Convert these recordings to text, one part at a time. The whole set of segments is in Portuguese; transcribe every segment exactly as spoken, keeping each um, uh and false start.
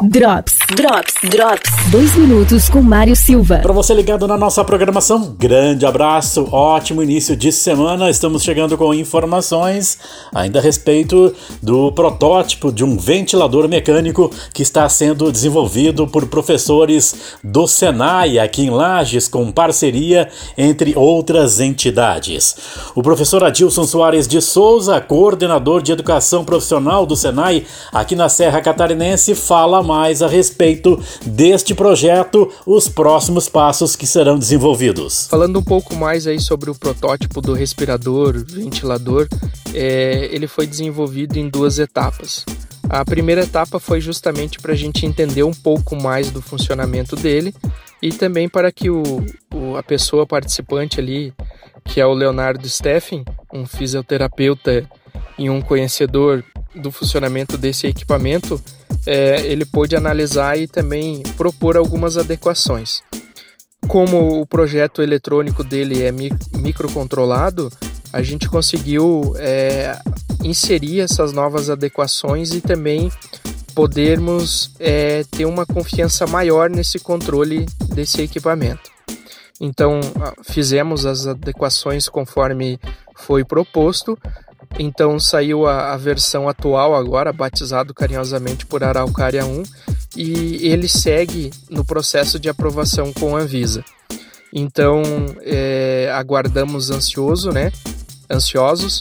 Drops, Drops, Drops. Dois minutos com Mário Silva. Para você ligado na nossa programação, grande abraço, ótimo início de semana. Estamos chegando com informações ainda a respeito do protótipo de um ventilador mecânico que está sendo desenvolvido por professores do Senai aqui em Lages, com parceria entre outras entidades. O professor Adilson Soares de Souza, coordenador de educação profissional do Senai aqui na Serra Catarinense, fala mais a respeito deste projeto, os próximos passos que serão desenvolvidos. Falando um pouco mais aí sobre o protótipo do respirador, ventilador, é, ele foi desenvolvido em duas etapas. A primeira etapa foi justamente para a gente entender um pouco mais do funcionamento dele e também para que o, o, a pessoa participante ali, que é o Leonardo Steffen, um fisioterapeuta e um conhecedor do funcionamento desse equipamento, é, ele pôde analisar e também propor algumas adequações. Como o projeto eletrônico dele é mi- microcontrolado, a gente conseguiu é, inserir essas novas adequações e também podermos é, ter uma confiança maior nesse controle desse equipamento. Então, fizemos as adequações conforme foi proposto. Então saiu a, a versão atual agora, batizado carinhosamente por Araucária um, e ele segue no processo de aprovação com a Anvisa. Então é, aguardamos ansioso, né? ansiosos.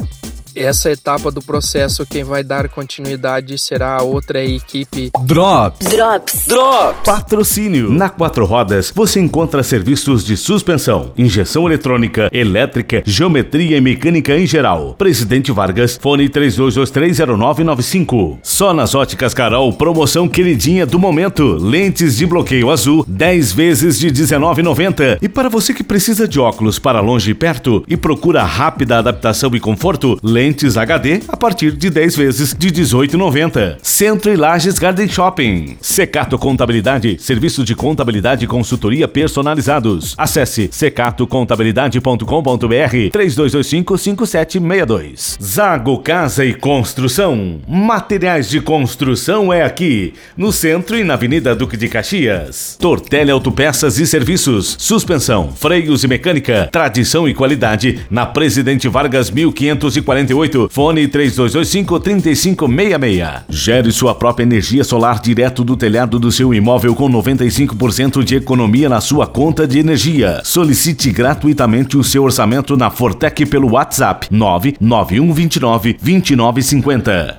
Essa etapa do processo, quem vai dar continuidade será a outra equipe. Drops. Drops. Drops. Patrocínio. Na Quatro Rodas você encontra serviços de suspensão, injeção eletrônica, elétrica, geometria e mecânica em geral. Presidente Vargas, fone três dois dois três zero nove nove cinco. Só nas Óticas Carol, promoção queridinha do momento. Lentes de bloqueio azul, dez vezes de dezenove reais e noventa centavos. E para você que precisa de óculos para longe e perto e procura rápida adaptação e conforto, lentes Lentes H D a partir de dez vezes de dezoito reais e noventa centavos. Centro e Lages Garden Shopping. Secato Contabilidade, serviços de contabilidade e consultoria personalizados. Acesse secato contabilidade ponto com ponto b r três dois dois cinco cinco sete seis dois. Zago Casa e Construção. Materiais de construção é aqui, no centro e na Avenida Duque de Caxias. Tortelli Autopeças e Serviços, suspensão, freios e mecânica, tradição e qualidade na Presidente Vargas mil quinhentos e quarenta e oito, fone três dois dois cinco três cinco seis seis. Gere sua própria energia solar direto do telhado do seu imóvel com noventa e cinco por cento de economia na sua conta de energia. Solicite gratuitamente o seu orçamento na Fortec pelo WhatsApp nove nove um dois nove dois nove cinco zero.